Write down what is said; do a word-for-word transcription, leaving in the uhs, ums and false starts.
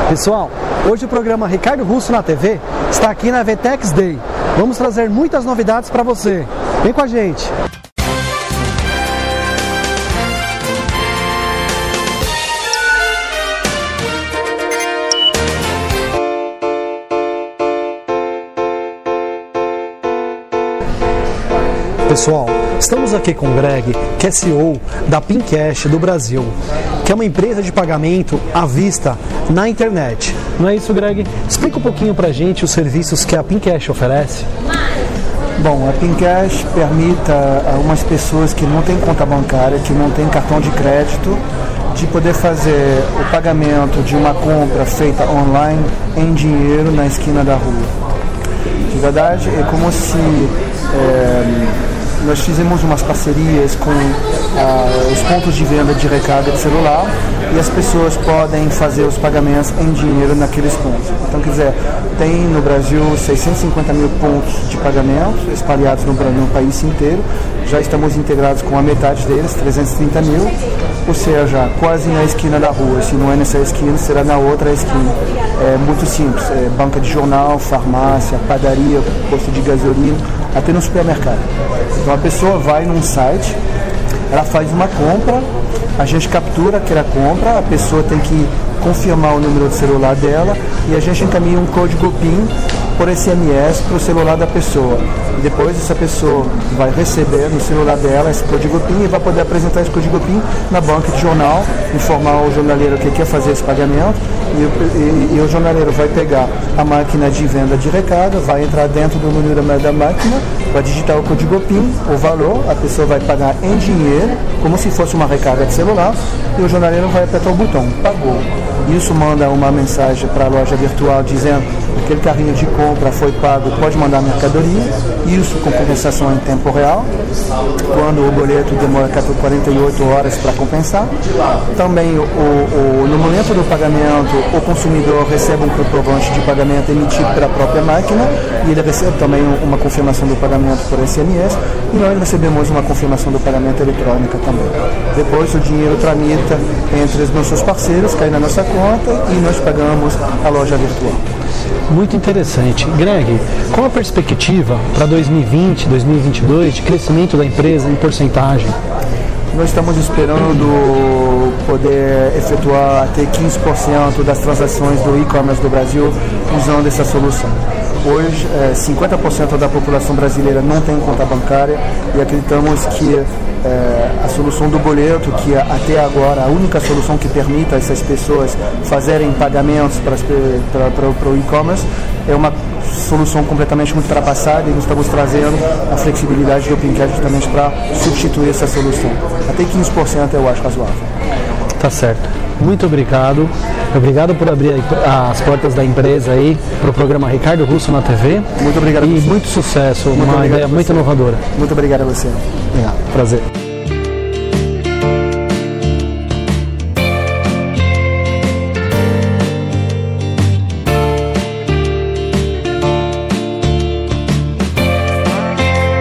Pessoal, hoje o programa Ricardo Russo na T V está aqui na VTEX Day. Vamos trazer muitas novidades para você. Vem com a gente! Pessoal, estamos aqui com o Greg, que é C E O da Pincash do Brasil, que é uma empresa de pagamento à vista na internet. Não é isso, Greg? Explica um pouquinho pra gente os serviços que a Pincash oferece. Bom, a Pincash permite a algumas pessoas que não têm conta bancária, que não têm cartão de crédito, de poder fazer o pagamento de uma compra feita online em dinheiro na esquina da rua. De verdade, é como se é, nós fizemos umas parcerias com ah, os pontos de venda de recarga de celular e as pessoas podem fazer os pagamentos em dinheiro naqueles pontos. Então, quer dizer, tem no Brasil seiscentos e cinquenta mil pontos de pagamento espalhados no, no país inteiro. Já estamos integrados com a metade deles, trezentos e trinta mil, ou seja, quase na esquina da rua. Se não é nessa esquina, será na outra esquina. É muito simples, é banca de jornal, farmácia, padaria, posto de gasolina, até no supermercado. Então a pessoa vai num site, ela faz uma compra, a gente captura aquela compra, a pessoa tem que confirmar o número de celular dela e a gente encaminha um código PIN por S M S para o celular da pessoa. E depois essa pessoa vai receber no celular dela esse código PIN e vai poder apresentar esse código PIN na banca de jornal, informar o jornaleiro que quer fazer esse pagamento e, e, e o jornaleiro vai pegar a máquina de venda de recarga, vai entrar dentro do número da máquina, vai digitar o código PIN, o valor, a pessoa vai pagar em dinheiro, como se fosse uma recarga de celular, e o jornaleiro vai apertar o botão, pagou. Isso manda uma mensagem para a loja virtual dizendo que aquele carrinho de compra foi pago, pode mandar mercadoria, isso com compensação em tempo real, quando o boleto demora quarenta e oito horas para compensar. Também, o, o, no momento do pagamento, o consumidor recebe um comprovante de pagamento emitido pela própria máquina e ele recebe também uma confirmação do pagamento por S M S e nós recebemos uma confirmação do pagamento eletrônica também. Depois o dinheiro tramita entre os nossos parceiros, cai na nossa conta e nós pagamos a loja virtual. Muito interessante. Greg, qual a perspectiva para dois mil e vinte, dois mil e vinte e dois de crescimento da empresa em porcentagem? Nós estamos esperando poder efetuar até quinze por cento das transações do e-commerce do Brasil usando essa solução. Hoje, cinquenta por cento da população brasileira não tem conta bancária e acreditamos que é, a solução do boleto, que até agora a única solução que permite a essas pessoas fazerem pagamentos para, para, para, para o e-commerce, é uma solução completamente ultrapassada e nós estamos trazendo a flexibilidade do Pincash justamente para substituir essa solução. Até quinze por cento eu acho razoável. Tá certo. Muito obrigado. Obrigado por abrir as portas da empresa aí para o programa Ricardo Russo na T V. Muito obrigado. E muito sucesso, muito uma ideia muito inovadora. Muito obrigado a você. Obrigado. Prazer.